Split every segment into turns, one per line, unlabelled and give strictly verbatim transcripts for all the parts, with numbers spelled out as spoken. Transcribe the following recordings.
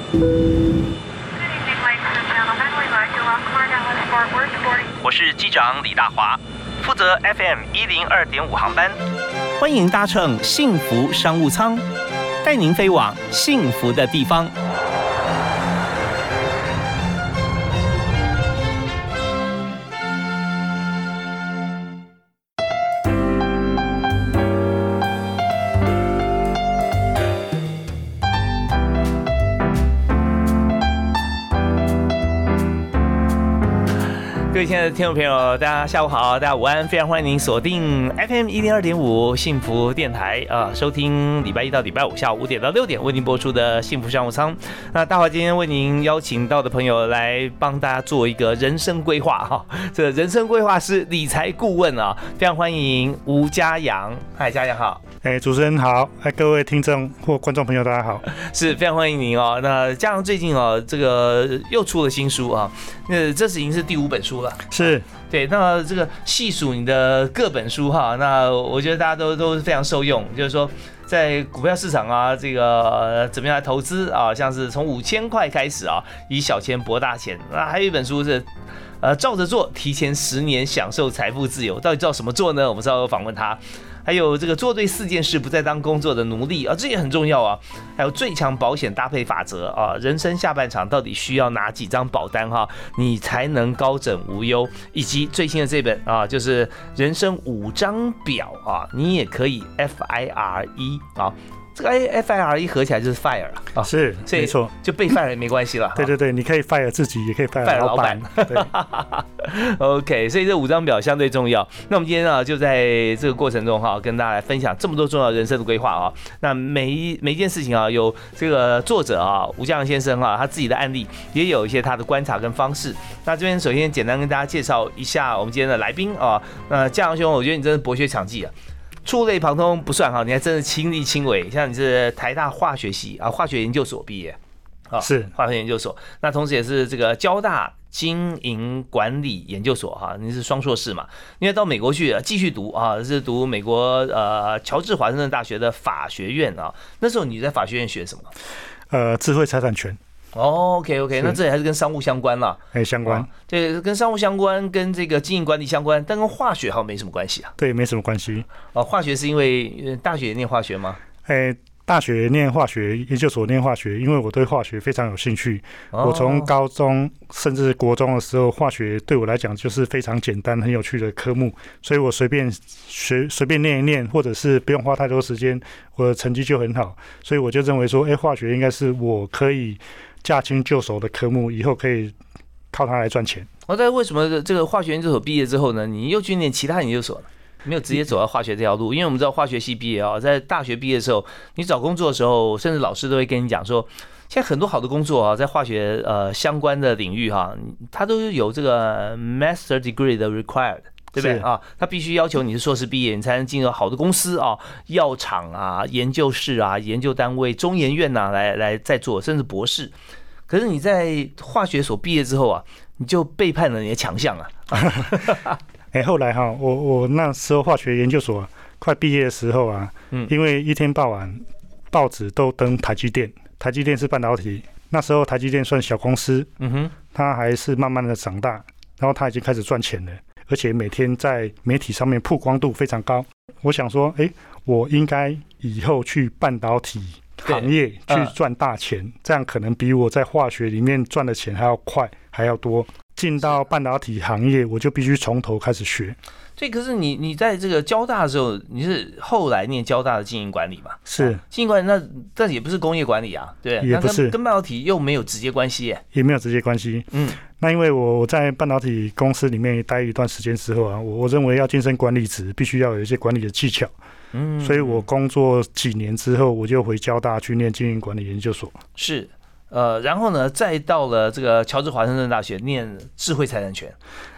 我是机长李大华，负责 F M 一零二点五航班，欢迎搭乘幸福商务舱，带您飞往幸福的地方。各位亲爱的听众朋友，大家下午好，大家午安，非常欢迎您锁定 F M 一零二点五幸福电台啊、呃，收听礼拜一到礼拜五下午五点到六点为您播出的幸福商务舱。那大华今天为您邀请到的朋友来帮大家做一个人生规划哈，这个人生规划师理财顾问啊，非常欢迎吴家扬。嗨，家扬好。
哎、欸，主持人好，哎，各位听众或观众朋友，大家好，
是非常欢迎您哦。那家扬最近哦，这个又出了新书啊，那这是已经是第五本书了。
是，
对，那这个细数你的各本书哈，那我觉得大家都都是非常受用，就是说在股票市场啊，这个怎么样来投资啊，像是从五千块开始啊，以小钱博大钱。那还有一本书是。呃，照着做，提前十年享受财富自由，到底照什么做呢？我们稍后访问他。还有这个做对四件事，不再当工作的奴隶啊，这也很重要啊。还有最强保险搭配法则啊，人生下半场到底需要哪几张保单哈，你才能高枕无忧？以及最新的这本啊，就是人生五张表啊，你也可以 F I R E 啊。这个 F I R E 合起来就是 fire 啊，
是，没错，
就被 fire 也没关系了。
对对对，你可以 fire 自己，也可以 fire 老板。对
，OK， 所以这五张表相对重要。那我们今天啊，就在这个过程中哈，跟大家来分享这么多重要人生的规划啊。那每一每一件事情啊，有这个作者啊，吴家扬先生啊，他自己的案例，也有一些他的观察跟方式。那这边首先简单跟大家介绍一下我们今天的来宾啊。那家扬兄，我觉得你真是博学场记啊。触类旁通不算哈，你还真的亲力亲为。像你是台大化学系啊，化学研究所毕业，啊，
是
化学研究所。那同时也是这个交大经营管理研究所哈，你是双硕士嘛？因为到美国去继续读啊，是读美国呃乔治华盛顿大学的法学院啊。那时候你在法学院学什么？
呃，智慧财产权。
哦 ，OK OK， 那这里还是跟商务相关了，
哎，相关，
对，跟商务相关，跟这个经营管理相关，但跟化学好像没什么关系啊。
对，没什么关系。
哦，化学是因为大学也念化学吗？
哎，大学念化学，研究所念化学，因为我对化学非常有兴趣。哦、我从高中甚至国中的时候，化学对我来讲就是非常简单、很有趣的科目，所以我随便学、随便念一念，或者是不用花太多时间，我的成绩就很好。所以我就认为说，哎，化学应该是我可以驾轻就熟的科目，以后可以靠它来赚钱。
哦，但为什么这个化学研究所毕业之后呢，你又去念其他研究所呢？没有直接走到化学这条路？因为我们知道化学系毕业啊，在大学毕业的时候，你找工作的时候，甚至老师都会跟你讲说，现在很多好的工作啊，在化学呃相关的领域哈，它都有这个 master degree 的 required。对不对啊？他必须要求你是硕士毕业，你才能进入好的公司啊、药厂啊、研究室啊、研究单位、中研院呐、啊，来来再做，甚至博士。可是你在化学所毕业之后啊，你就背叛了你的强项啊！
哎、欸，后来哈，我我那时候化学研究所、啊、快毕业的时候啊，嗯，因为一天到晚报纸都登台积电，台积电是半导体，那时候台积电算小公司，嗯哼，它还是慢慢的长大，然后它已经开始赚钱了。而且每天在媒体上面曝光度非常高，我想说，哎、欸，我应该以后去半导体行业去赚大钱，嗯、这样可能比我在化学里面赚的钱还要快，还要多。进到半导体行业，我就必须从头开始学。
所以，可是你你在这个交大的时候，你是后来念交大的经营管理嘛？
是、
啊、经营管理，那但也不是工业管理啊，对，
也不是，
跟跟半导体又没有直接关系耶，
也没有直接关系。嗯，那因为我在半导体公司里面待一段时间之后啊，我我认为要晋升管理职，必须要有一些管理的技巧。嗯，所以我工作几年之后，我就回交大去念经营管理研究所。
是。呃，然后呢，再到了这个乔治华盛顿大学念智慧财产权。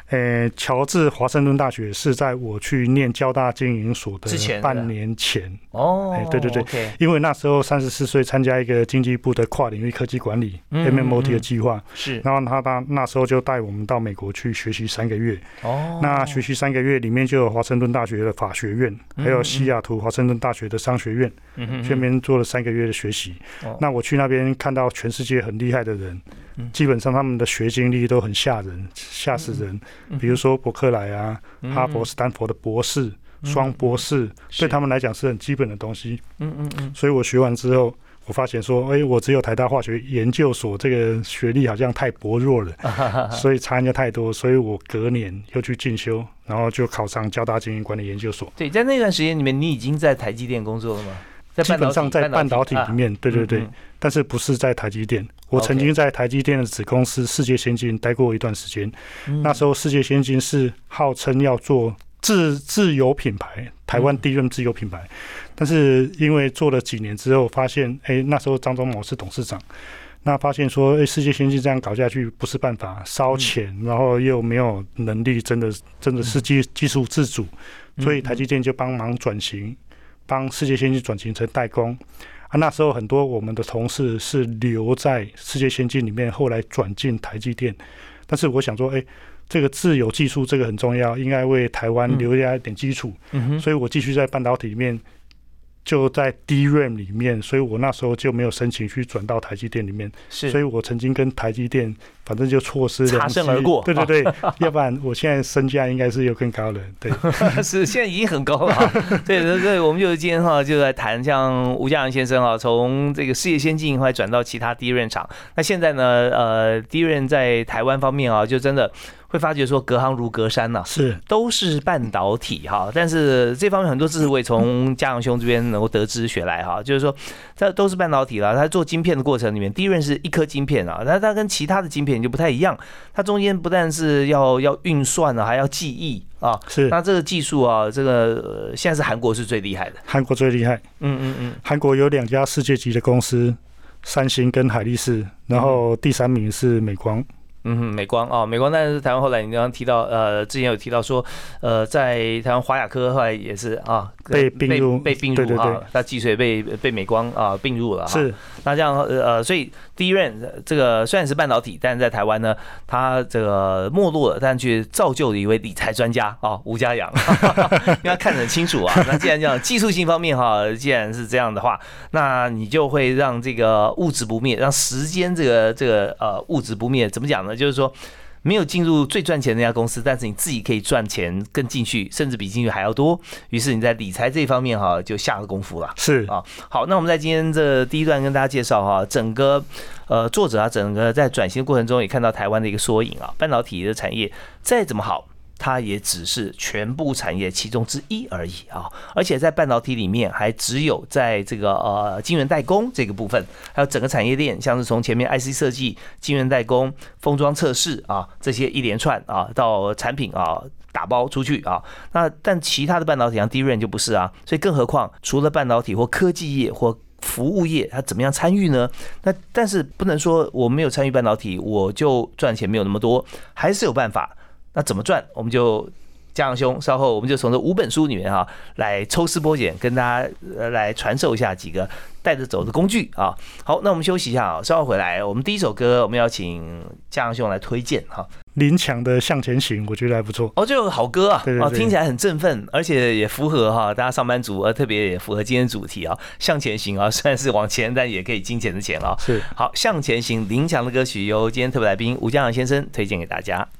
呃，乔治华盛顿大学是在我去念交大经营所的半年前
哦、
欸，对对对，
okay.
因为那时候三十四岁参加一个经济部的跨领域科技管理、嗯、M M O T 的计划，
是，
然后他那那时候就带我们到美国去学习三个月，
哦，
那学习三个月里面就有华盛顿大学的法学院，嗯、还有西雅图华盛顿大学的商学院，嗯、去那边做了三个月的学习。哦、那我去那边看到全世界很厉害的人。基本上他们的学经历都很吓人，吓死人。比如说伯克莱啊、哈佛、斯坦福的博士、双博士，对他们来讲是很基本的东西。嗯嗯嗯。所以我学完之后，我发现说，哎，我只有台大化学研究所这个学历好像太薄弱了，所以差距太多，所以我隔年又去进修，然后就考上交大经营管理研究所。
对，在那段时间里面，你已经在台积电工作了吗？
基本上在半导体里面，对对对，但是不是在台积电。我曾经在台积电的子公司世界先进待过一段时间，那时候世界先进是号称要做自自有品牌，台湾第一任自有品牌，但是因为做了几年之后，发现哎，那时候张忠谋是董事长。那发现说，哎，世界先进这样搞下去不是办法，烧钱，然后又没有能力，真的真的是技技术自主，所以台积电就帮忙转型。帮世界先进转型成代工啊，那时候很多我们的同事是留在世界先进里面，后来转进台积电。但是我想说，哎，这个自有技术这个很重要，应该为台湾留下一点基础。嗯、所以我继续在半导体里面，就在 D R A M 里面，所以我那时候就没有申请去转到台积电里面。是，所以我曾经跟台积电。反正就错失
擦身而过，
对对对，要不然我现在身价应该是又更高了，对，
是现在已经很高了哈。对对对，我们就今天哈就来谈像吴嘉扬先生哈，从这个世界先进后来转到其他 D R A M 厂，那现在呢，呃 ，D R A M 在台湾方面啊，就真的会发觉说隔行如隔山呐、啊，
是
都是半导体哈，但是这方面很多知识我也从嘉扬兄这边能够得知学来哈，就是说它都是半导体啦，它做晶片的过程里面 ，D R A M 是一颗晶片啊，它它跟其他的晶片就不太一样，它中间不但是要要运算啊，还要记忆啊。
是。
那这个技术啊，这个、呃、现在是韩国是最厉害的。
韩国最厉害。
嗯嗯嗯。
韩国有两家世界级的公司，三星跟海力士，然后第三名是美光。
嗯哼，美光啊、哦，美光，但是台湾后来你刚刚提到，呃，之前有提到说，呃，在台湾华亚科后来也是啊，
被并入，
被并入
对对对
啊，它技术也被被美光啊并入了。
是，
那这样呃，所以 D R A M 这个虽然是半导体，但是在台湾呢，它这个没落了，但却造就了一位理财专家啊，吴嘉扬，因为他看得很清楚啊。那既然这样，技术性方面哈，既然是这样的话，那你就会让这个物质不灭，让时间这个这个呃物质不灭，怎么讲呢？就是说，没有进入最赚钱的那家公司，但是你自己可以赚钱更进去，甚至比进去还要多。于是你在理财这一方面哈，就下了功夫了。
是
啊，好，那我们在今天这第一段跟大家介绍哈，整个呃作者啊，整个在转型的过程中也看到台湾的一个缩影啊，半导体的产业再怎么好，它也只是全部产业其中之一而已啊！而且在半导体里面，还只有在这个呃晶圆代工这个部分，还有整个产业链，像是从前面 I C 设计、晶圆代工、封装测试啊这些一连串啊，到产品啊打包出去啊。那但其他的半导体像 D R A M 就不是啊，所以更何况除了半导体或科技业或服务业，它怎么样参与呢？那但是不能说我没有参与半导体，我就赚钱没有那么多，还是有办法。那怎么赚？我们就嘉扬兄，稍后我们就从这五本书里面哈、啊、来抽丝剥茧，跟大家来传授一下几个带着走的工具啊。好，那我们休息一下啊，稍后回来，我们第一首歌我们要请嘉扬兄来推荐哈。
林强的《向前行》，我觉得还不错。
哦，这个好歌啊，
对对对，
听起来很振奋，而且也符合哈大家上班族，呃，特别也符合今天主题啊，向前行啊，虽然是往前，但也可以金钱的钱啊。
是，
好，向前行，林强的歌曲由今天特别来宾吴嘉扬先生推荐给大家。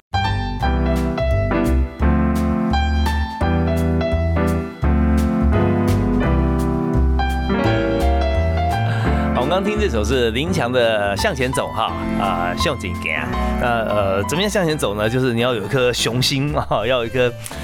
我刚刚听这首是林强的《向前走》哈啊，向前行。那呃，怎么样向前走呢？就是你要有一颗雄心啊，要有一颗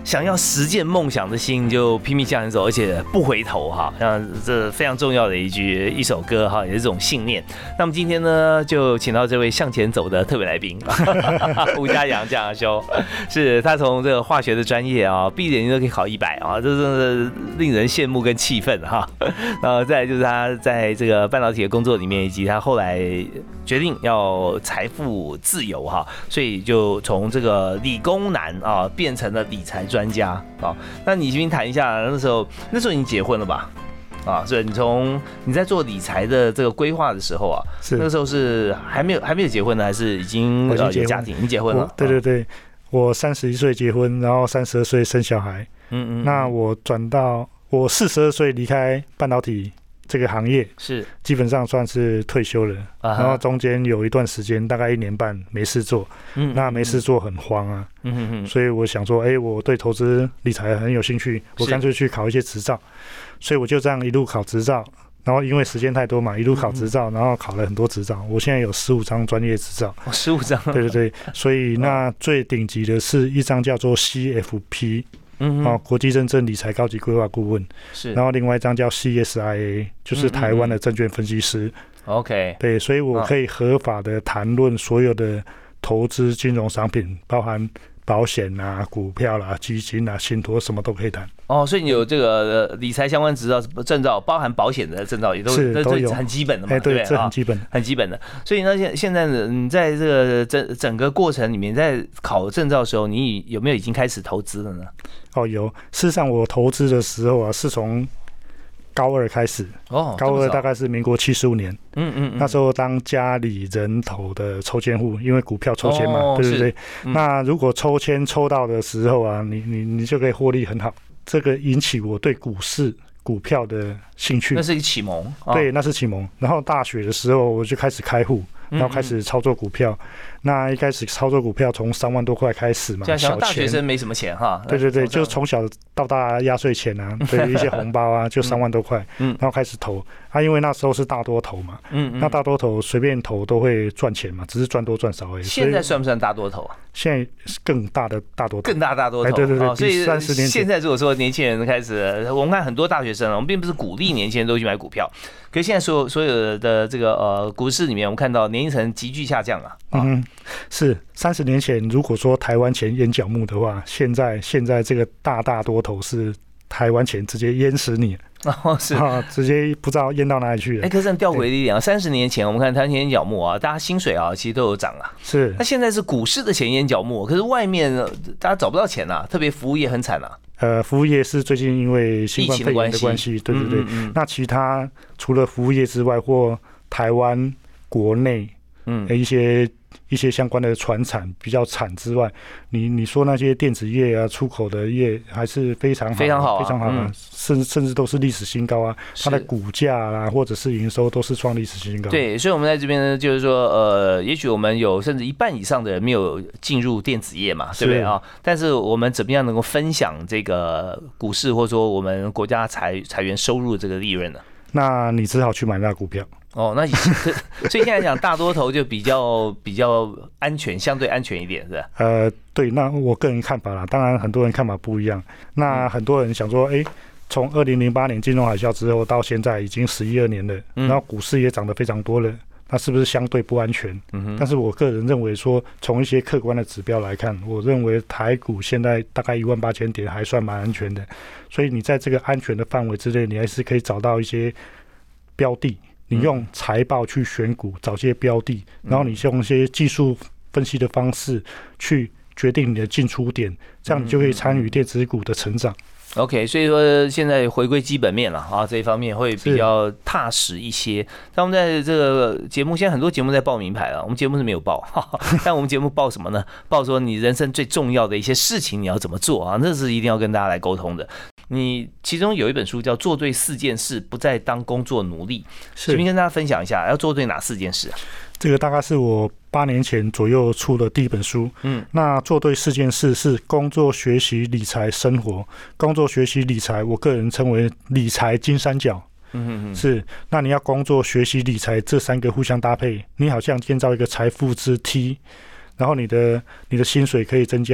想要实践梦想的心就拼命向前走，而且不回头哈，像这非常重要的一句一首歌哈，也是这种信念。那么今天呢，就请到这位向前走的特别来宾吴家扬江扬兄，是他从这个化学的专业啊，闭着眼睛都可以考一百啊，这真的令人羡慕跟气愤哈。然后再来就是他在这个半导体的工作里面，以及他后来决定要财富自由哈，所以就从这个理工男啊变成了理财专家啊。那你先谈一下那时候，那时候已经结婚了吧？啊，所以你从你在做理财的这个规划的时候啊，那个时候是还没有还没有结婚呢，还是已经呃有家庭？你结婚了？
对对对，我三十一岁结婚，然后三十二岁生小孩。嗯嗯。那我转到我四十二岁离开半导体这个行业，是基本上算是退休了。啊、然后中间有一段时间，大概一年半没事做。嗯, 嗯, 嗯。那没事做很慌啊。嗯嗯嗯。所以我想说，哎、欸，我对投资理财很有兴趣，我干脆去考一些执照。所以我就这样一路考执照，然后因为时间太多嘛，一路考执照，然后考了很多执照。我现在有十五张专业执照，
哦，十五张，
对对对。所以那最顶级的是一张叫做 C F P， 嗯，哦，国际认证理财高级规划顾问，是。然后另外一张叫 C S I A， 就是台湾的证券分析师。OK， 对，所以我可以合法的谈论所有的投资金融商品，包含保险啊、股票啦、基金啊、信托，什么都可以谈。哦，
所以你有这个理财相关执照证照，包含保险的证照也都是都有，很基本的嘛，欸、对不对？
这很基本，
很基本的。所以呢，现现在你在这个整整个过程里面，在考证照的时候，你有没有已经开始投资了呢？
哦，有。事实上，我投资的时候啊，是从高二开始。哦，高二大概是民国七十五年。嗯嗯, 嗯。那时候当家里人头的抽签户，因为股票抽签嘛，哦、对不对？嗯、那如果抽签抽到的时候啊，你你你就可以获利很好。这个引起我对股市、股票的兴趣，
那是一个启蒙。
哦、对，那是启蒙。然后大学的时候，我就开始开户，然后开始操作股票。嗯嗯，那一开始操作股票从三万多块开始嘛，
小大学生没什么钱哈。
对对对，就从小到大压岁钱啊，对一些红包啊，就三万多块，嗯，然后开始投啊，因为那时候是大多头嘛，嗯嗯，那大多头随便投都会赚钱嘛，只是赚多赚少而已。
现在算不算大多头啊？
现在更大的大多头，
更大大多头。
哎，对对对，
所以
三十年前
现在如果说年轻人开始，我们看很多大学生，我们并不是鼓励年轻人都去买股票，可是现在所有所有的这个呃股市里面，我们看到年龄层急剧下降啊。
嗯，是三十年前，如果说台湾钱淹脚木的话，现在现在这个大大多头是台湾钱直接淹死你。哦，是啊，直接不知道淹到哪里去了。
哎、欸，可是很吊诡的一点啊，三十年前我们看台湾钱淹脚木啊，大家薪水啊其实都有涨啊。是。那现在是股市的钱淹脚木，可是外面大家找不到钱啊，特别服务业很惨啊。
呃，服务业是最近因为新冠肺炎的关系，对对对。嗯嗯嗯，那其他除了服务业之外，或台湾国内嗯一些。一些相关的传产比较惨之外，你你说那些电子业啊、出口的业还是非常好，
非常好、啊，
非常好、啊嗯，甚甚至都是历史新高啊。它的股价啦，或者是营收都是创历史新高。
对，所以我们在这边呢，就是说，呃，也许我们有甚至一半以上的人没有进入电子业嘛，对不对啊？但是我们怎么样能够分享这个股市，或者说我们国家财财源收入的这个利润呢？
那你只好去买那股票。
哦，那所以现在讲大多头就比较比较安全，相对安全一点，是吧？
呃，对，那我个人看法啦，当然很多人看法不一样。那很多人想说，哎，从二零零八年金融海啸之后到现在已经十一二年了，然后股市也涨得非常多了，那是不是相对不安全？嗯，但是我个人认为说，从一些客观的指标来看，我认为台股现在大概一万八千点还算蛮安全的，所以你在这个安全的范围之内，你还是可以找到一些标的。你用财报去选股，找些标的，然后你用一些技术分析的方式去决定你的进出点，这样你就可以参与电子股的成长。
OK， 所以说现在回归基本面了啊，这一方面会比较踏实一些。但我们在这个节目，现在很多节目在报名牌了，我们节目是没有报，但我们节目报什么呢？报说你人生最重要的一些事情你要怎么做啊，那是一定要跟大家来沟通的。你其中有一本书叫《做对四件事，不再当工作奴隶》，随便跟大家分享一下，要做对哪四件事啊？
这个大概是我八年前左右出的第一本书。嗯，那做对四件事是工作、学习、理财、生活。工作、学习、理财，我个人称为理财金三角。嗯哼哼，是。那你要工作、学习、理财这三个互相搭配，你好像建造一个财富之梯，然后你的你的薪水可以增加。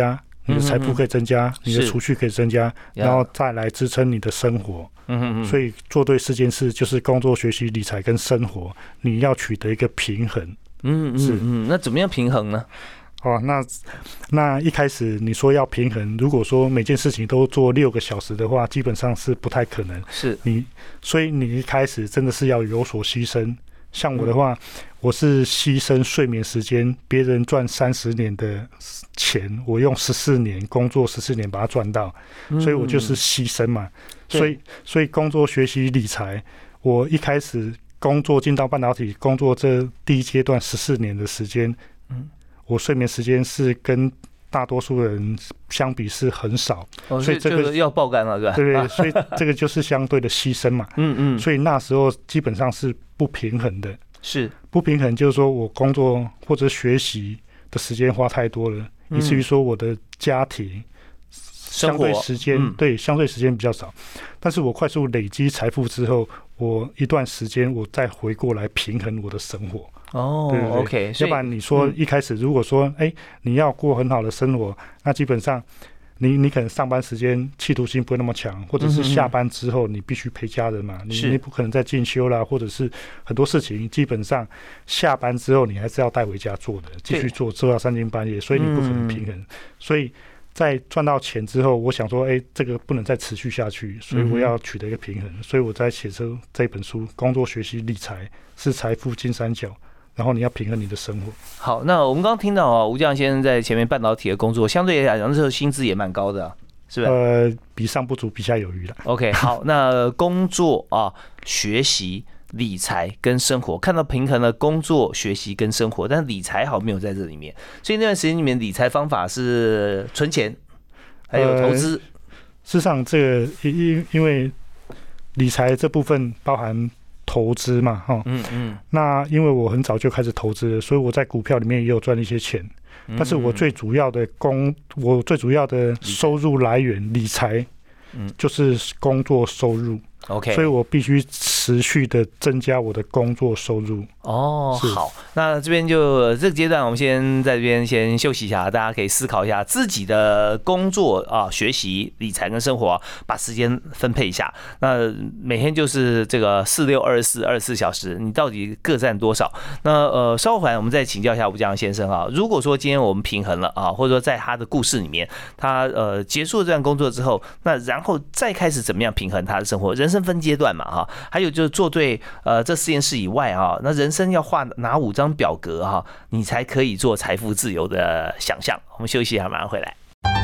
你的财富可以增加，你的储蓄可以增加，然后再来支撑你的生活。嗯嗯，所以做对四件事，就是工作、学习、理财跟生活，你要取得一个平衡。
嗯嗯嗯，那怎么样平衡呢？
哦，那那一开始你说要平衡，如果说每件事情都做六个小时的话，基本上是不太可能。
是你，
所以你一开始真的是要有所牺牲。像我的话，嗯、我是牺牲睡眠时间，别人赚三十年的钱，我用十四年工作十四年把它赚到，嗯、所以我就是牺牲嘛。所以所以工作、学习、理财，我一开始工作进到半导体工作这第一阶段十四年的时间，嗯。我睡眠时间是跟大多数人相比是很少，
哦、所以这个要爆肝了，对吧？
对对，所以这个就是相对的牺牲嘛。嗯嗯。所以那时候基本上是不平衡的。
是
不平衡，就是说我工作或者学习的时间花太多了，嗯、以至于说我的家庭相对时间、嗯、对相对时间比较少。但是我快速累积财富之后，我一段时间我再回过来平衡我的生活。
哦，对对对 OK，
要不然你说一开始如果说哎、欸、你要过很好的生活，那基本上你你可能上班时间企图心不会那么强，或者是下班之后你必须陪家人嘛，你你不可能再进修啦，或者是很多事情基本上下班之后你还是要带回家做的，继续做做到三更半夜，所以你不可能平衡。所以在赚到钱之后，我想说，哎、欸，这个不能再持续下去，所以我要取得一个平衡。所以我在写出这本书《工作、学习、理财是财富金三角》。然后你要平衡你的生活。
好，那我们刚刚听到啊，吴将先生在前面半导体的工作，相对来讲，那时候薪资也蛮高的、啊，是不是？
呃，比上不足，比下有余了。
OK， 好，那工作啊、学习、理财跟生活，看到平衡了工作、学习跟生活，但理财好像没有在这里面，所以那段时间里面理财方法是存钱，还有投资。呃、
事实上，这个因因为理财这部分包含投资嘛，哈，嗯嗯，那因为我很早就开始投资了，所以我在股票里面也有赚一些钱，嗯嗯，但是我最主要的工，我最主要的收入来源理财，嗯，就是工作收入。OK， 所以我必须持续的增加我的工作收入。
哦，好，那这边就这个阶段，我们先在这边先休息一下，大家可以思考一下自己的工作啊、学习、理财跟生活、啊，把时间分配一下。那每天就是这个四六二十四二十四小时，你到底各占多少？那呃，稍后回来我们再请教一下吴将先生啊。如果说今天我们平衡了啊，或者说在他的故事里面，他呃结束了这段工作之后，那然后再开始怎么样平衡他的生活？人生分阶段嘛哈，还有就是做对呃这四件事以外啊，那人生要画哪五张表格哈，你才可以做财富自由的想象。我们休息一下，马上回来。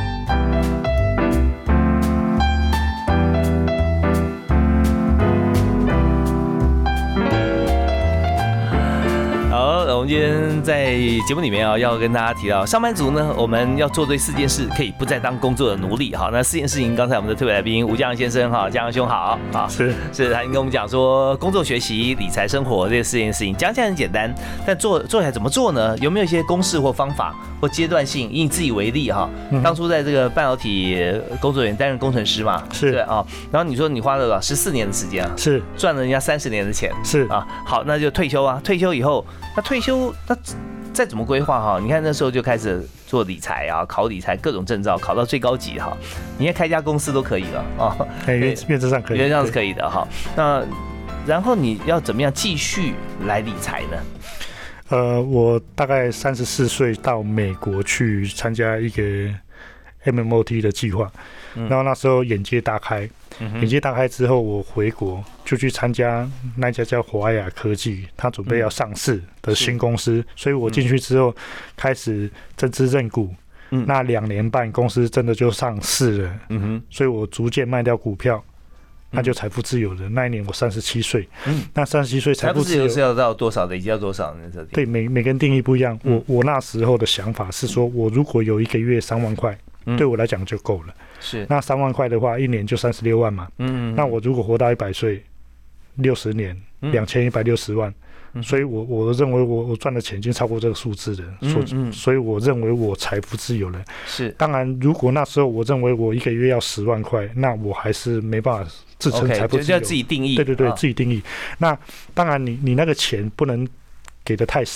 我们今天在节目里面啊，要跟大家提到，上班族呢，我们要做对四件事，可以不再当工作的奴隶。好，那四件事情，刚才我们的特别来宾吴将先生哈，将兄好，好
是
是，他跟我们讲说，工作、学习、理财、生活这四件事情，讲起来很简单，但做做起来怎么做呢？有没有一些公式或方法或阶段性？以你自己为例哈，当初在这个半导体工作人员担任工程师嘛，
是
对啊，然后你说你花了十四年的时间啊，
是
赚了人家三十年的钱，
是啊，
好，那就退休啊，退休以后，那退休。那再怎么规划哈？你看那时候就开始做理财啊，考理财各种证照，考到最高级哈，你应该开家公司都可以了啊。
原原则上可以，
原则上是可以的哈。那然后你要怎么样继续来理财呢？
呃，我大概三十四岁到美国去参加一个 M M O T 的计划，嗯、然后那时候眼界大开。眼界大开之后，我回国就去参加那家叫华亚科技，他准备要上市的新公司，嗯、所以我进去之后开始增资认股。嗯、那两年半，公司真的就上市了。嗯哼，所以我逐渐卖掉股票，那就财富自由了。那一年我三十七岁，嗯，那三十七岁财富自由
是要到多少的？已经要多少呢？
对，每每个人定义不一样。嗯、我我那时候的想法是说，我如果有一个月三万块。对我来讲就够了。
是，
那三万块的话，一年就三十六万嘛。嗯, 嗯, 嗯，那我如果活到一百岁，六十年，两千一百六十万。嗯、所以我我认为我我赚的钱已经超过这个数字了。嗯嗯，所以我认为我财富自由了。
是，
当然，如果那时候我认为我一个月要十万块，那我还是没办法自称财富自由。
就要自己定义。
对对对，
啊、
自己定义。那当然你，你你那个钱不能给的太少了。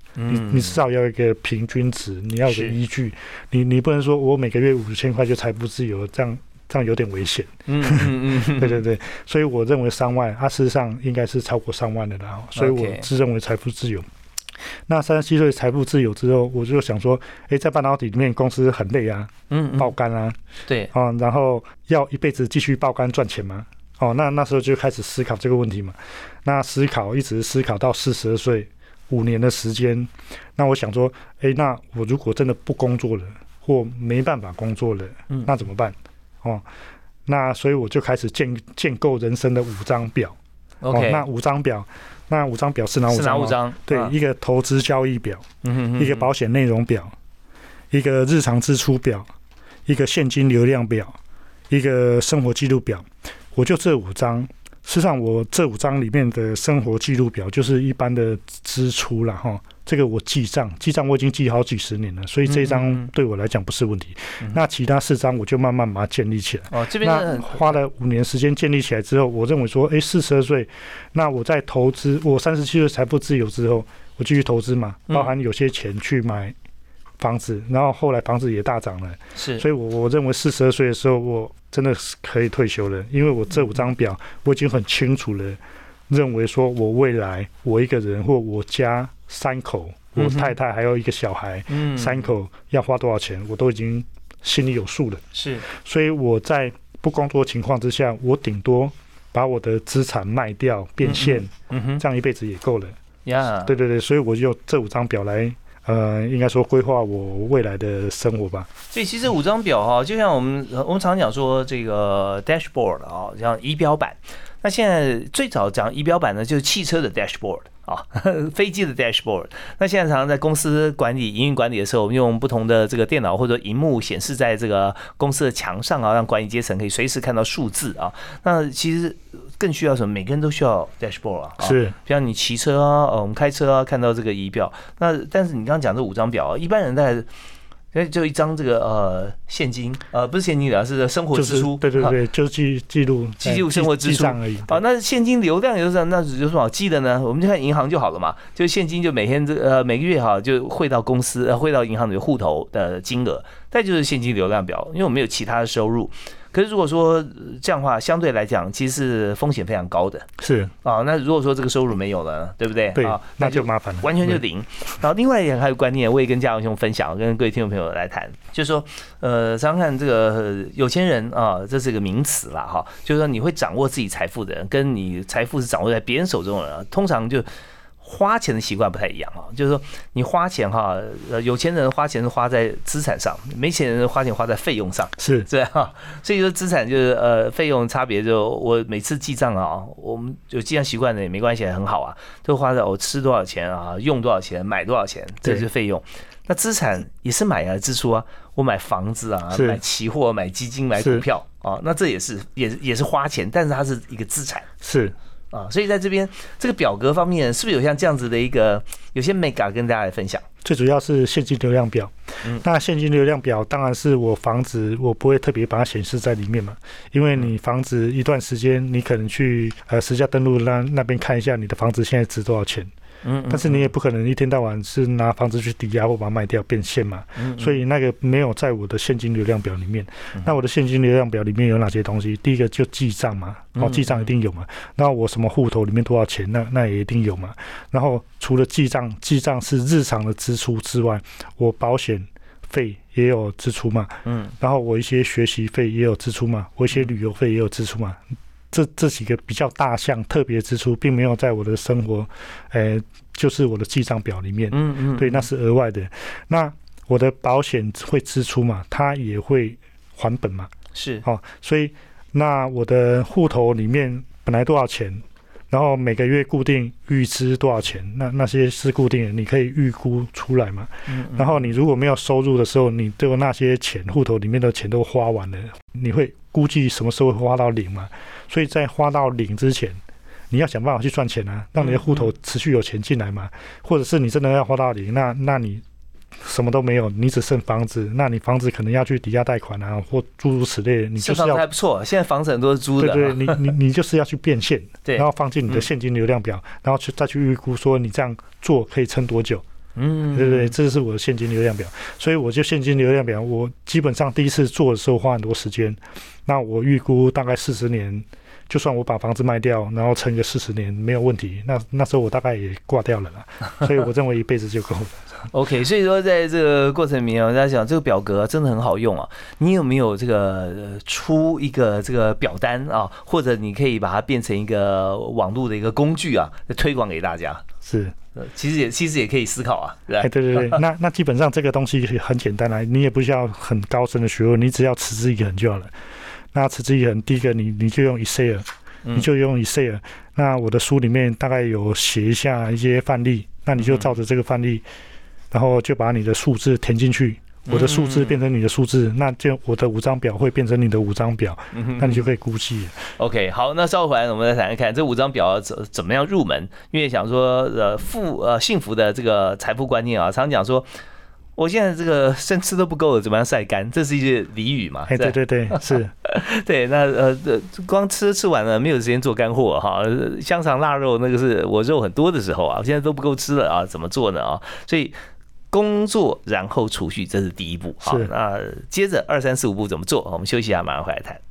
你你至少要有一个平均值，你要有个依据，你你不能说我每个月五千块就财富自由，这样这样有点危险。嗯嗯嗯，对对对，所以我认为三万，它、啊、事实上应该是超过三万的啦，所以我自认为财富自由。那三十七岁财富自由之后，我就想说，哎，在半导体里面公司很累啊，嗯，爆肝啊，
对，
哦，然后要一辈子继续爆肝赚钱吗？哦，那那时候就开始思考这个问题嘛。那思考一直思考到四十二岁，五年的时间。那我想说，哎，那我如果真的不工作了，或没办法工作了，嗯，那怎么办？哦，那所以我就开始建建构人生的五张表。
OK，
哦，那五张表。那五张表是哪五张？
是哪五张？
对，啊、一个投资交易表，嗯哼哼，一个保险内容表，一个日常支出表，一个现金流量表，一个生活记录表。我就这五张，事实上我这五张里面的生活记录表就是一般的支出啦齁。这个我记账，记账我已经记好几十年了，所以这一张对我来讲不是问题。嗯、那其他四张我就慢慢把它建立起来。
哦，这边
那花了五年时间建立起来之后，我认为说，哎，四十二岁，那我在投资，我三十七岁财富自由之后，我继续投资嘛，包含有些钱去买房子，然后后来房子也大涨了，
是，
所以我我认为四十二岁的时候，我真的是可以退休了，因为我这五张表我已经很清楚了，认为说我未来我一个人或我家三口，我太太还有一个小孩，嗯，三口要花多少钱，我都已经心里有数了。
是，
所以我在不工作的情况之下，我顶多把我的资产卖掉变现，嗯哼，这样一辈子也够了。
呀，
对对对，所以我就用这五张表来。呃，应该说规划我未来的生活吧。
所以其实五张表哈，就像我们我们常讲说这个 dashboard 啊，像仪表板。那现在最早讲仪表板呢，就是汽车的 dashboard 啊，飞机的 dashboard。那现在常常在公司管理、营运管理的时候，我们用不同的这个电脑或者萤幕显示在这个公司的墙上啊，让管理阶层可以随时看到数字啊。那其实更需要什么？每个人都需要 dashboard 啊，
是，
比方你骑车啊，呃，我们开车啊，看到这个仪表。那但是你刚刚讲这五张表啊，一般人在就一张这个呃现金，呃不是现金流，是生活支出。
对对对，就是记记录
记录生活支出
而已。
好，那现金流量有什么？那有什么好记的呢？我们就看银行就好了嘛，就现金就每天这呃每个月哈就汇到公司呃汇到银行的户头的金额，再就是现金流量表，因为我们没有其他的收入。可是如果说这样的话，相对来讲，其实是风险非常高的。
是啊，
那如果说这个收入没有了，对不对？
对，
啊，
那就麻烦了，
完全就零。然后另外一点还有观念，我也跟嘉荣兄分享，跟各位听众朋友来谈，就是说，呃，常常看这个有钱人啊，这是个名词啦，哈，就是说你会掌握自己财富的人，跟你财富是掌握在别人手中的人，通常就花钱的习惯不太一样啊，就是说你花钱哈，呃，有钱人花钱是花在资产上，没钱人花钱花在费用上，
是
这样哈。所以说资产就是呃费用差别就我每次记账啊，我们有记账习惯的也没关系，很好啊，都花在我吃多少钱啊，用多少钱，买多少钱，这是费用。那资产也是买啊支出啊，我买房子啊，买期货，买基金，买股票啊，那这也是也也是花钱，但是它是一个资产。
是。
啊，所以在这边这个表格方面，是不是有像这样子的一个有些 mega 跟大家来分享？
最主要是现金流量表。嗯，那现金流量表当然是我房子，我不会特别把它显示在里面嘛，因为你房子一段时间，你可能去呃实价登录那那边看一下你的房子现在值多少钱。嗯，但是你也不可能一天到晚是拿房子去抵押或把它卖掉变现嘛，嗯嗯，所以那个没有在我的现金流量表里面。嗯、那我的现金流量表里面有哪些东西？第一个就记账嘛，哦，记账一定有嘛。然后我什么户头里面多少钱，那那也一定有嘛。然后除了记账，记账是日常的支出之外，我保险费也有支出嘛，嗯，然后我一些学习费也有支出嘛，我一些旅游费也有支出嘛。这这几个比较大项特别支出，并没有在我的生活，呃，就是我的记账表里面。嗯嗯，对，那是额外的。那我的保险会支出嘛，它也会还本嘛。
是。
哦，所以那我的户头里面本来多少钱，然后每个月固定预支多少钱，那那些是固定的，你可以预估出来嘛。嗯嗯，然后你如果没有收入的时候，你就那些钱户头里面的钱都花完了，你会估计什么时候会花到零嘛？所以在花到零之前，你要想办法去赚钱啊，让你的户头持续有钱进来嘛。或者是你真的要花到零，那那你什么都没有，你只剩房子，那你房子可能要去抵押贷款啊，或诸如此类的，你就是要
还不错。现在房子很多是租的，
对对，你你你就是要去变现，
对，
然后放进你的现金流量表，然后去再去预估说你这样做可以撑多久。 嗯，对不对？这是我的现金流量表，所以我就现金流量表，我基本上第一次做的时候花很多时间，那我预估大概四十年，就算我把房子卖掉，然后撑个四十年没有问题，那那时候我大概也挂掉了啦，所以我认为一辈子就够了。
OK， 所以说在这个过程里面，我在想这个表格真的很好用啊。你有没有这个出一个这个表单啊，或者你可以把它变成一个网络的一个工具啊，推广给大家？
是，
其实也其实也可以思考啊，对吧？
哎，对对对，那那基本上这个东西很简单啦，你也不需要很高深的学问，你只要持之以恒就好了。那持之以恒，第一个你你就用 Excel， 你就用 Excel、嗯。那我的书里面大概有写一下一些范例，那你就照着这个范例。然后就把你的数字填进去，我的数字变成你的数字，嗯、那就我的五张表会变成你的五张表，嗯、那你就可以估计。
OK， 好，那稍后回来我们再谈谈看这五张表怎怎么样入门，因为想说呃富呃幸福的这个财富观念啊，常讲说。我现在这个生吃都不够了，怎么样晒干？这是一句俚语嘛？
哎，对对对，是，
对。那呃，光吃吃完了，没有时间做干货哈。香肠、腊肉那个是我肉很多的时候啊，我现在都不够吃了啊，怎么做呢啊？所以工作然后储蓄，这是第一步。好，那接着二三四五步怎么做？我们休息一下，马上回来谈。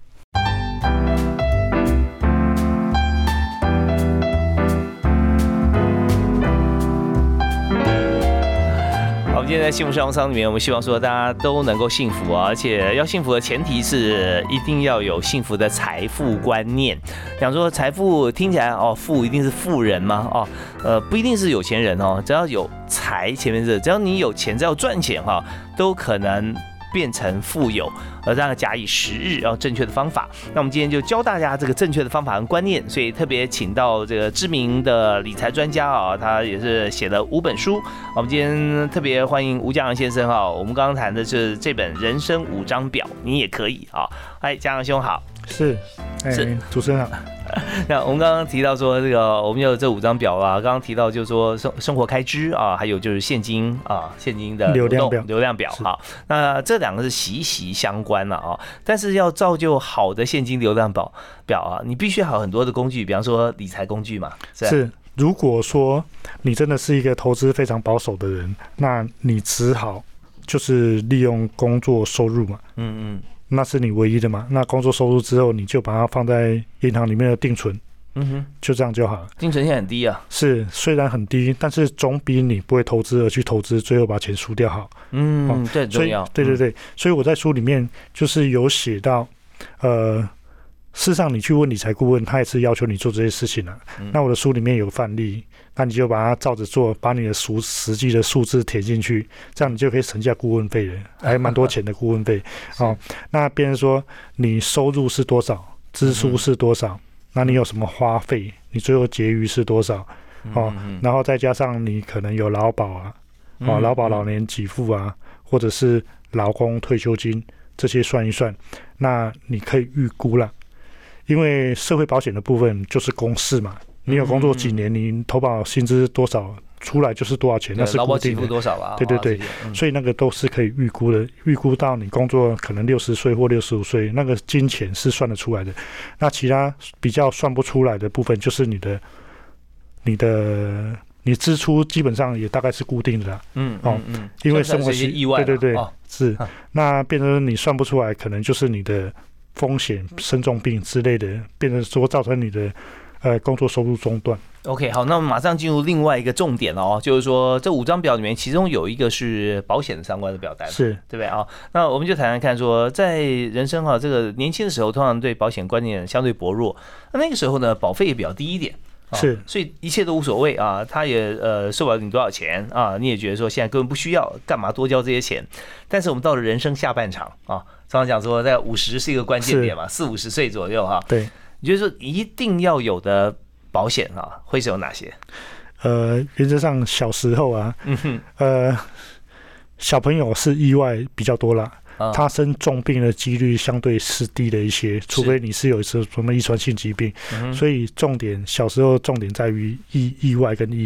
我们今天在幸福商商里面，我们希望说大家都能够幸福啊，而且要幸福的前提是一定要有幸福的财富观念。讲说财富听起来哦，富一定是富人吗？哦，呃，不一定是有钱人哦，只要有财，前面是只要你有钱，只要赚钱哈，都可能变成富有，而让假以时日，然后正确的方法。那我们今天就教大家这个正确的方法和观念，所以特别请到这个知名的理财专家啊，他也是写了五本书。我们今天特别欢迎吴家阳先生啊，我们刚刚谈的是这本《人生五张表》，你也可以啊。嗨，家阳兄好。
是，哎、欸，主持人好。
那我们刚刚提到说这个，我们有这五张表啊，刚刚提到就是说生生活开支啊，还有就是现金啊，现金的流量表，流量表。好，那这两个是息息相关了啊。但是要造就好的现金流量表表啊，你必须要有很多的工具，比方说理财工具嘛。是。
是如果说你真的是一个投资非常保守的人，那你只好就是利用工作收入嘛。嗯嗯。那是你唯一的嘛？那工作收入之后，你就把它放在银行里面的定存，嗯哼，就这样就好了。
定存现在很低啊，
是虽然很低，但是总比你不会投资而去投资，最后把钱输掉好。
嗯，哦、这很重要。
对对对，所以我在书里面就是有写到，呃，事实上你去问理财顾问，他也是要求你做这些事情啊。嗯、那我的书里面有范例。那你就把它照着做，把你的数实际的数字填进去，这样你就可以省下顾问费了，还蛮多钱的顾问费。哦，那别人说你收入是多少，支出是多少，嗯、那你有什么花费，你最后结余是多少？哦，嗯、然后再加上你可能有劳保啊，哦，劳保老年给付啊，或者是劳工退休金这些算一算，那你可以预估了，因为社会保险的部分就是公式嘛。你有工作几年，你投保薪资多少出来就是多少钱，那是固定的。多少吧？对对对，嗯、所以那个都是可以预估的，预估到你工作可能六十岁或六十五岁，那个金钱是算得出来的。那其他比较算不出来的部分，就是你的、你的、你支出基本上也大概是固定的啦。嗯哦，嗯嗯，因为生活
意外，
对对对，
哦、
是。那变成你算不出来，可能就是你的风险、生重病之类的，变成说造成你的。呃，工作收入中断。
OK， 好，那我们马上进入另外一个重点哦，就是说这五张表里面，其中有一个是保险相关的表单，
是
对不对啊？那我们就谈谈看说，在人生哈、啊、这个年轻的时候，通常对保险观念相对薄弱，那那个时候呢，保费也比较低一点。
是，
所以一切都无所谓啊，他也呃收不了你多少钱啊，你也觉得说现在根本不需要，干嘛多交这些钱？但是我们到了人生下半场啊，常常讲说在五十是一个关键点嘛，四五十岁左右哈、啊，
对。
你觉得说一定要有的保险啊，会是有哪些？
呃，原则上小时候啊，嗯哼，呃，小朋友是意外比较多啦，啊、他生重病的几率相对是低的一些，除非你是有什么遗传性疾病，嗯、所以重点小时候重点在于意意外跟医疗。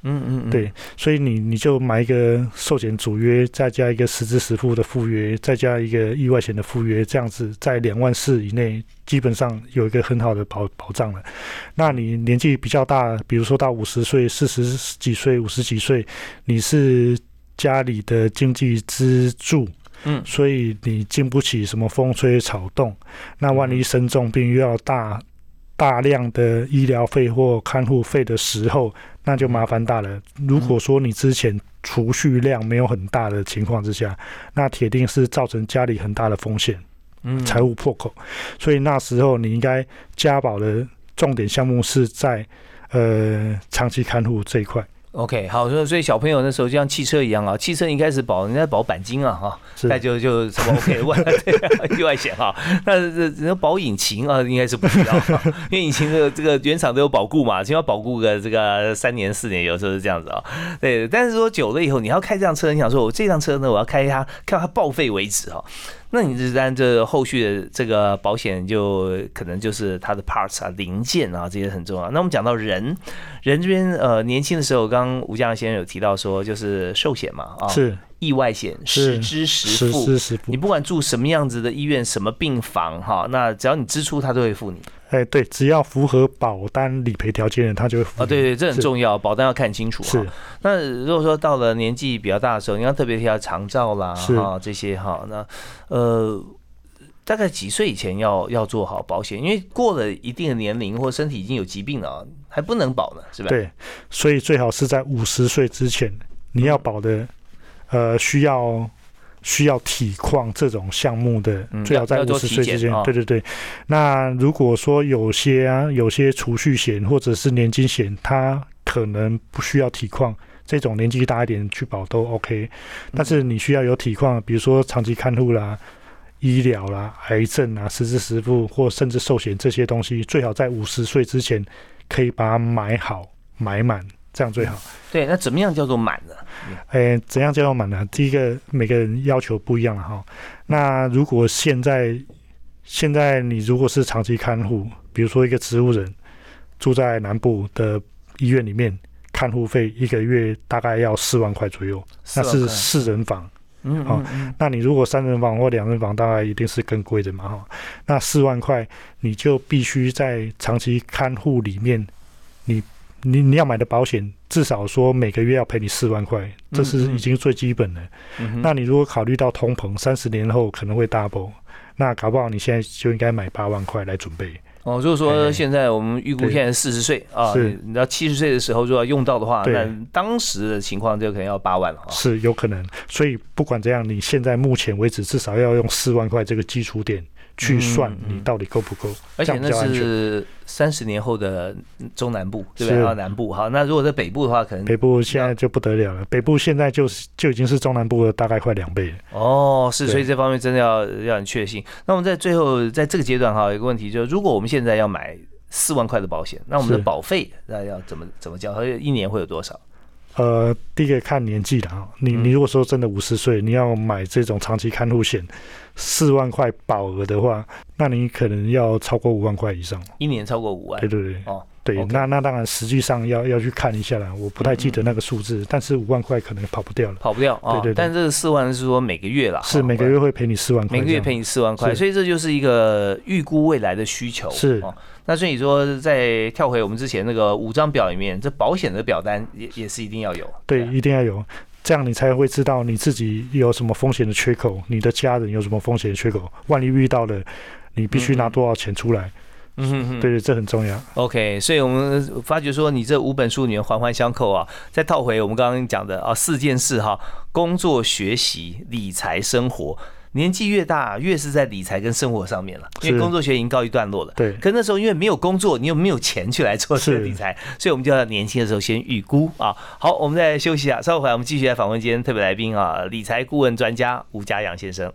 嗯嗯嗯，
对，所以你你就买一个寿险主约，再加一个实支实付的附约，再加一个意外险的附约，这样子在两万四以内，基本上有一个很好的保保障了。那你年纪比较大，比如说到五十岁、四十几岁、五十几岁，你是家里的经济支柱。嗯，所以你经不起什么风吹草动，那万一生重病又要大大量的医疗费或看护费的时候，那就麻烦大了。如果说你之前储蓄量没有很大的情况之下，那铁定是造成家里很大的风险，嗯，财务破口。所以那时候你应该加保的重点项目是在呃长期看护这一块。
OK， 好，所以小朋友那时候就像汽车一样啊，汽车一开始保人家保钣金啊，哈，那就就什么 OK 外意外险哈，那这保引擎啊，应该是不需要，因为引擎的这个原厂都有保固嘛，起码保固个这个三年四年，有时候是这样子啊。对，但是说久了以后，你要开这辆车，你想说我这辆车呢，我要开它，开到它报废为止哈。那你自然这后续的这个保险就可能就是它的 parts 啊、零件啊这些很重要。那我们讲到人，人这边呃年轻的时候，刚刚吴家阳先生有提到说，就是寿险嘛啊，
是
意外险实支实付，
实支实付，
你不管住什么样子的医院、什么病房哈，那只要你支出，它都会付你。
哎、欸，对，只要符合保单理赔条件的，他就会付。
啊，对对，这很重要，保单要看清楚。
是。
那如果说到了年纪比较大的时候，你要特别提到长照啦，哈这些哈，那呃，大概几岁以前要要做好保险？因为过了一定的年龄或身体已经有疾病了，还不能保呢，是吧？
对，所以最好是在五十岁之前，你要保的，呃，需要。需要体况这种项目的，最好在五十岁之前。对对对。那如果说有些啊，有些储蓄险或者是年金险，它可能不需要体况，这种年纪大一点去保都 OK。但是你需要有体况，比如说长期看护啦、医疗啦、癌症啊、实支实付或甚至寿险这些东西，最好在五十岁之前可以把它买好、买满。这样最好。
对，那怎么样叫做满呢？
诶，怎样叫做满呢？第一个，每个人要求不一样了哈。那如果现在现在你如果是长期看护，比如说一个植物人住在南部的医院里面，看护费一个月大概要四万块左右，那是四人房。嗯, 嗯, 嗯、哦，那你如果三人房或两人房，大概一定是更贵的嘛哈。那四万块，你就必须在长期看护里面，你。你你要买的保险，至少说每个月要赔你四万块，这是已经最基本的。嗯、那你如果考虑到通膨，三十年后可能会 double， 那搞不好你现在就应该买八万块来准备。
哦，如果说现在我们预估现在四十岁啊，你到七十岁的时候如果要用到的话，那当时的情况就可能要八万了。
是有可能，所以不管怎样，你现在目前为止至少要用四万块这个基础点。去算你到底够不够，
而且那是三十年后的中南部，对不对？到南部好，那如果在北部的话，可能
北部现在就不得了了。北部现在就就已经是中南部的大概快两倍了。
哦，是，所以这方面真的要要很确信。那我们在最后在这个阶段哈，有一个问题就是，如果我们现在要买四万块的保险，那我们的保费那要怎么怎么交？一年会有多少？
呃，第一个看年纪的啊，你你如果说真的五十岁，你要买这种长期看护险，四万块保额的话，那你可能要超过五万块以上，
一年超过五万。
对对对，
哦，
对， okay. 那那当然实际上要要去看一下啦，我不太记得那个数字，嗯、但是五万块可能跑不掉了，
跑不掉。
哦、对, 对对，
但这个四万是说每个月啦，
是每个月会赔你四万块，
每个月赔你四万块，所以这就是一个预估未来的需求。
是。
哦，那所以说，在跳回我们之前那个五张表里面，这保险的表单也也是一定要有。
对，一定要有，这样你才会知道你自己有什么风险的缺口，你的家人有什么风险的缺口，万一遇到了，你必须拿多少钱出来。嗯哼哼，对对，这很重要。
OK， 所以我们发觉说，你这五本书里面环环相扣啊。再套回我们刚刚讲的啊，四件事哈：工作、学习、理财、生活。年纪越大，越是在理财跟生活上面了，因为工作学已经告一段落了。
对。
可那时候因为没有工作，你又没有钱去来做这个理财，所以我们就要年轻的时候先预估啊。好，我们再休息一下，稍后回来我们继续来访问今天特别来宾啊，理财顾问专家吴家阳先生。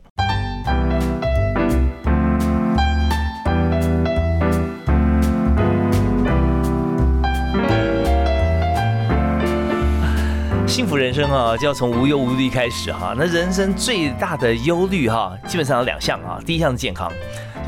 幸福人生啊，就要从无忧无虑开始哈。那人生最大的忧虑哈，基本上有两项啊。第一项是健康，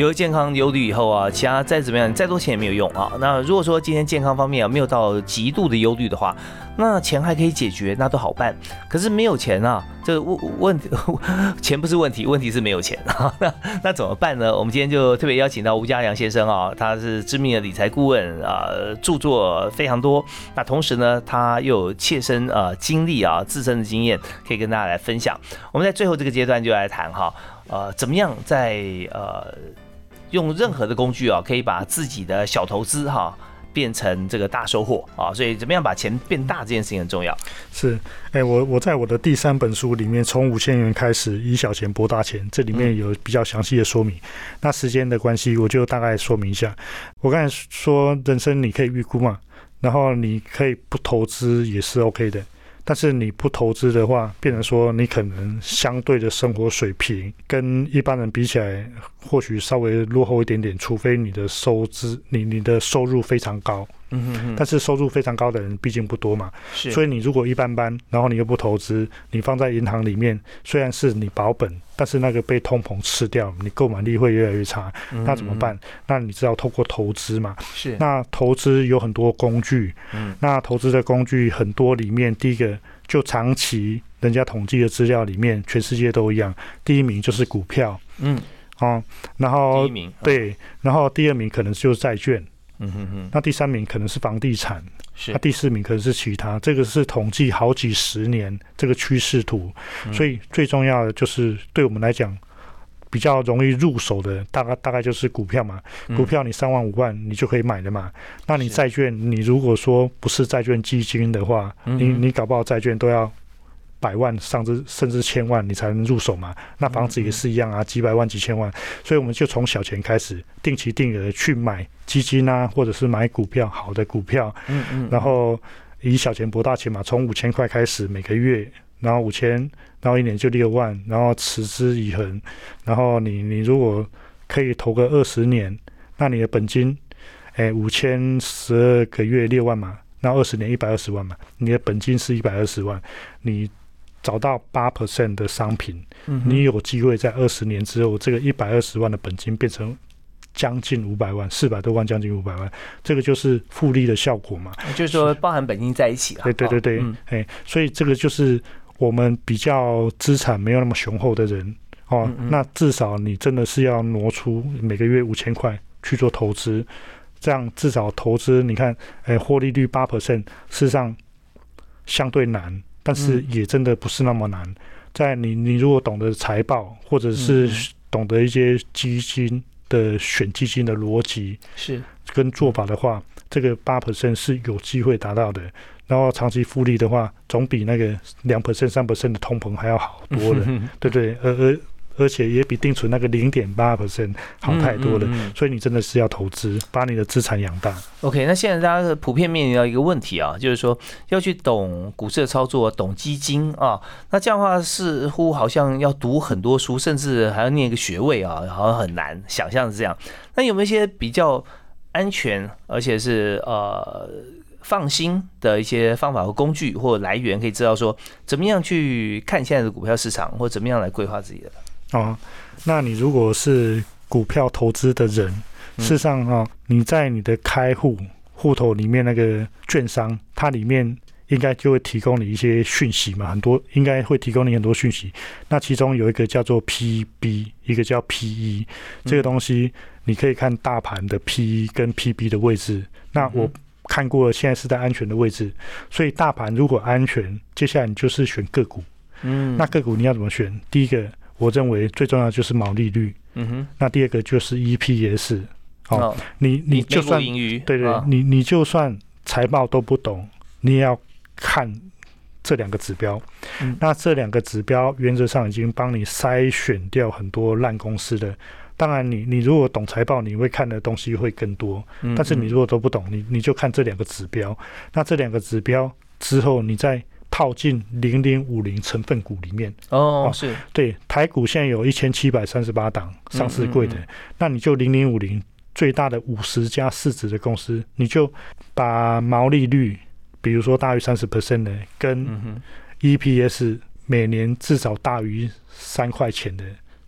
有了健康忧虑以后啊，其他再怎么样，再多钱也没有用啊。那如果说今天健康方面啊没有到极度的忧虑的话，那钱还可以解决，那都好办。可是没有钱啊，这问问题，钱不是问题，问题是没有钱啊。那那怎么办呢？我们今天就特别邀请到吴家良先生啊，他是知名的理财顾问啊，著作非常多。那同时呢，他又有切身呃经历啊，自身的经验可以跟大家来分享。我们在最后这个阶段就来谈哈，呃，怎么样在呃用任何的工具啊，可以把自己的小投资哈。变成这个大收获啊，所以怎么样把钱变大这件事情很重要。
是，哎、欸，我我在我的第三本书里面，从五千元开始，以小钱博大钱，这里面有比较详细的说明。嗯、那时间的关系，我就大概说明一下。我刚才说，人生你可以预估嘛，然后你可以不投资也是 OK 的。但是你不投资的话，变成说你可能相对的生活水平跟一般人比起来，或许稍微落后一点点，除非你的收支，你你的收入非常高。嗯哼哼，但是收入非常高的人毕竟不多嘛，所以你如果一般般，然后你又不投资，你放在银行里面，虽然是你保本，但是那个被通膨吃掉，你购买力会越来越差。嗯、那怎么办？那你知道透过投资嘛？是。那投资有很多工具，嗯，那投资的工具很多，里面第一个就长期人家统计的资料里面，全世界都一样，第一名就是股票，嗯，哦，然后第一名对，然后第二名可能就是债券。嗯哼哼，那第三名可能是房地产，是，那第四名可能是其他，这个是统计好几十年这个趋势图，嗯、所以最重要的就是对我们来讲比较容易入手的，大概大概就是股票嘛，嗯、股票你三万五万你就可以买了嘛，那你债券你如果说不是债券基金的话，嗯、你你搞不好债券都要百万上至甚至千万你才能入手嘛，那房子也是一样啊，几百万几千万，所以我们就从小钱开始，定期定额去买基金啊，或者是买股票，好的股票，嗯嗯，然后以小钱博大钱嘛，从五千块开始每个月，然后五千，然后一年就六万，然后持之以恒，然后你你如果可以投个二十年，那你的本金，哎五千十二个月六万嘛，那二十年一百二十万嘛，你的本金是一百二十万，你找到 百分之八 的商品，嗯、你有机会在二十年之后，这个一百二十万的本金变成将近五百万，四百多万，将近五百万，这个就是复利的效果嘛。
就是说包含本金在一起了。
对对对对，哦嗯、所以这个就是我们比较资产没有那么雄厚的人哦，嗯嗯那至少你真的是要挪出每个月五千块去做投资，这样至少投资你看，哎，获利率 百分之八， 事实上相对难。但是也真的不是那么难，在你你如果懂得财报，或者是懂得一些基金的选基金的逻辑是跟做法的话，这个 百分之八 是有机会达到的。然后长期复利的话，总比那个 百分之二、三 的通膨还要好多了，对不对？而而而且也比定存那个 零点八 好太多了，嗯嗯嗯，所以你真的是要投资，把你的资产养大。
OK， 那现在大家普遍面临到一个问题啊，就是说要去懂股市的操作，懂基金啊，那这样的话似乎好像要读很多书，甚至还要念一个学位啊，好像很难想象是这样。那有没有一些比较安全，而且是呃放心的一些方法和工具或来源，可以知道说怎么样去看现在的股票市场，或怎么样来规划自己的？
哦，那你如果是股票投资的人，事实上啊、哦，你在你的开户户头里面那个券商，它里面应该就会提供你一些讯息嘛，很多应该会提供你很多讯息。那其中有一个叫做 P B， 一个叫 P E， 这个东西你可以看大盘的 P E 跟 P B 的位置。那我看过了，现在是在安全的位置，所以大盘如果安全，接下来你就是选个股。嗯，那个股你要怎么选？第一个，我认为最重要的就是毛利率，嗯哼。那第二个就是 E P S， 哦，哦你你就算对对，哦、你你就算财报都不懂，你也要看这两个指标。嗯、那这两个指标原则上已经帮你筛选掉很多烂公司的。当然你，你你如果懂财报，你会看的东西会更多。嗯、但是你如果都不懂，你你就看这两个指标。那这两个指标之后，你再套进零零五零成分股里面。
哦，哦是
对，台股现在有一千七百三十八档上市柜的，嗯嗯嗯那你就零零五零最大的五十家市值的公司，你就把毛利率，比如说大于 百分之三十 的，跟 E P S 每年至少大于三块钱的，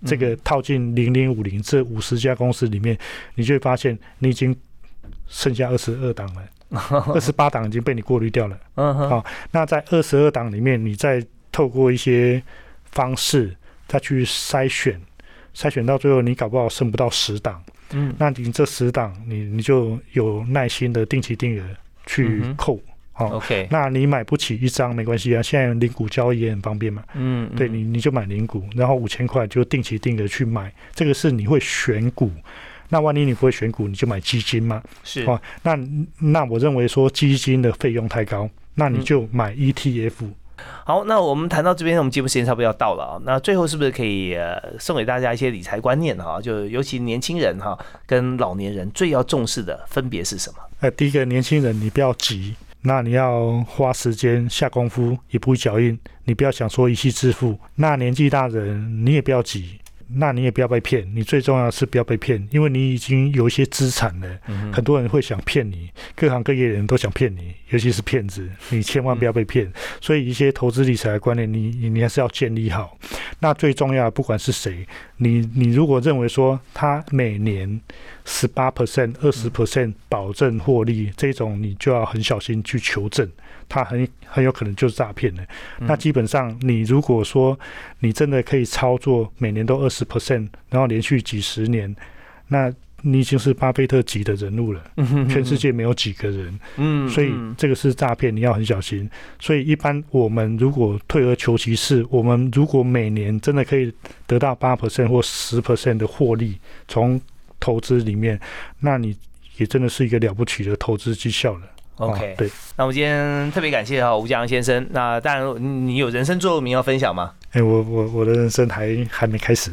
这个套进零零五零这五十家公司里面，你就会发现你已经剩下二十二档了。二十八档已经被你过滤掉了。嗯哼。好，那在二十二档里面，你再透过一些方式再去筛选，筛选到最后，你搞不好剩不到十档。嗯。那你这十档，你你就有耐心的定期定额去扣。好、嗯
OK。
那你买不起一张没关系啊，现在零股交易也很方便嘛。嗯。对你你就买零股，然后五千块就定期定额去买，这个是你会选股。那万一你不会选股，你就买基金嘛。
是。
哦，那那我认为说基金的费用太高，那你就买 E T F。嗯、
好，那我们谈到这边，我们节目时间差不多要到了啊。那最后是不是可以呃送给大家一些理财观念哈？就尤其年轻人哈跟老年人最要重视的分别是什么？
呃，第一个年轻人你不要急，那你要花时间下功夫，一步一脚印，你不要想说一夕致富。那年纪大人你也不要急。那你也不要被骗，你最重要的是不要被骗，因为你已经有一些资产了、嗯、很多人会想骗你，各行各业的人都想骗你，尤其是骗子，你千万不要被骗、嗯、所以一些投资理财的观念你你还是要建立好。那最重要的不管是谁，你你如果认为说他每年 百分之十八、百分之二十 保证获利，这种你就要很小心去求证，它很很有可能就是诈骗的、嗯。那基本上你如果说你真的可以操作每年都 百分之二十， 然后连续几十年，那你已经是巴菲特级的人物了、嗯、全世界没有几个人、嗯、所以这个是诈骗，你要很小心。所以一般我们如果退而求其次，我们如果每年真的可以得到 百分之八 或 百分之十 的获利从投资里面，那你也真的是一个了不起的投资绩效了。
OK，、
哦、对。
那我们今天特别感谢哈吴家扬先生。那当然，你有人生座右铭要分享吗？
哎、欸，我我我的人生还还没开始。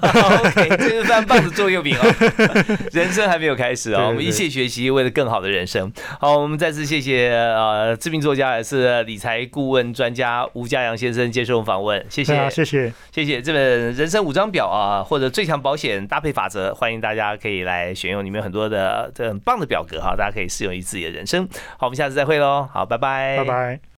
OK， 这是非常棒的座右铭哦。人生还没有开始啊、哦，我们一切学习，为了更好的人生。好，我们再次谢谢呃知名作家也是理财顾问专家吴家扬先生接受访问，谢谢，
啊、谢谢，
谢谢。这本人生五张表啊，或者最强保险搭配法则，欢迎大家可以来选用，里面有很多的这很棒的表格哈，大家可以适用于自己的人生。好，我们下次再会喽，好，拜拜，
拜拜。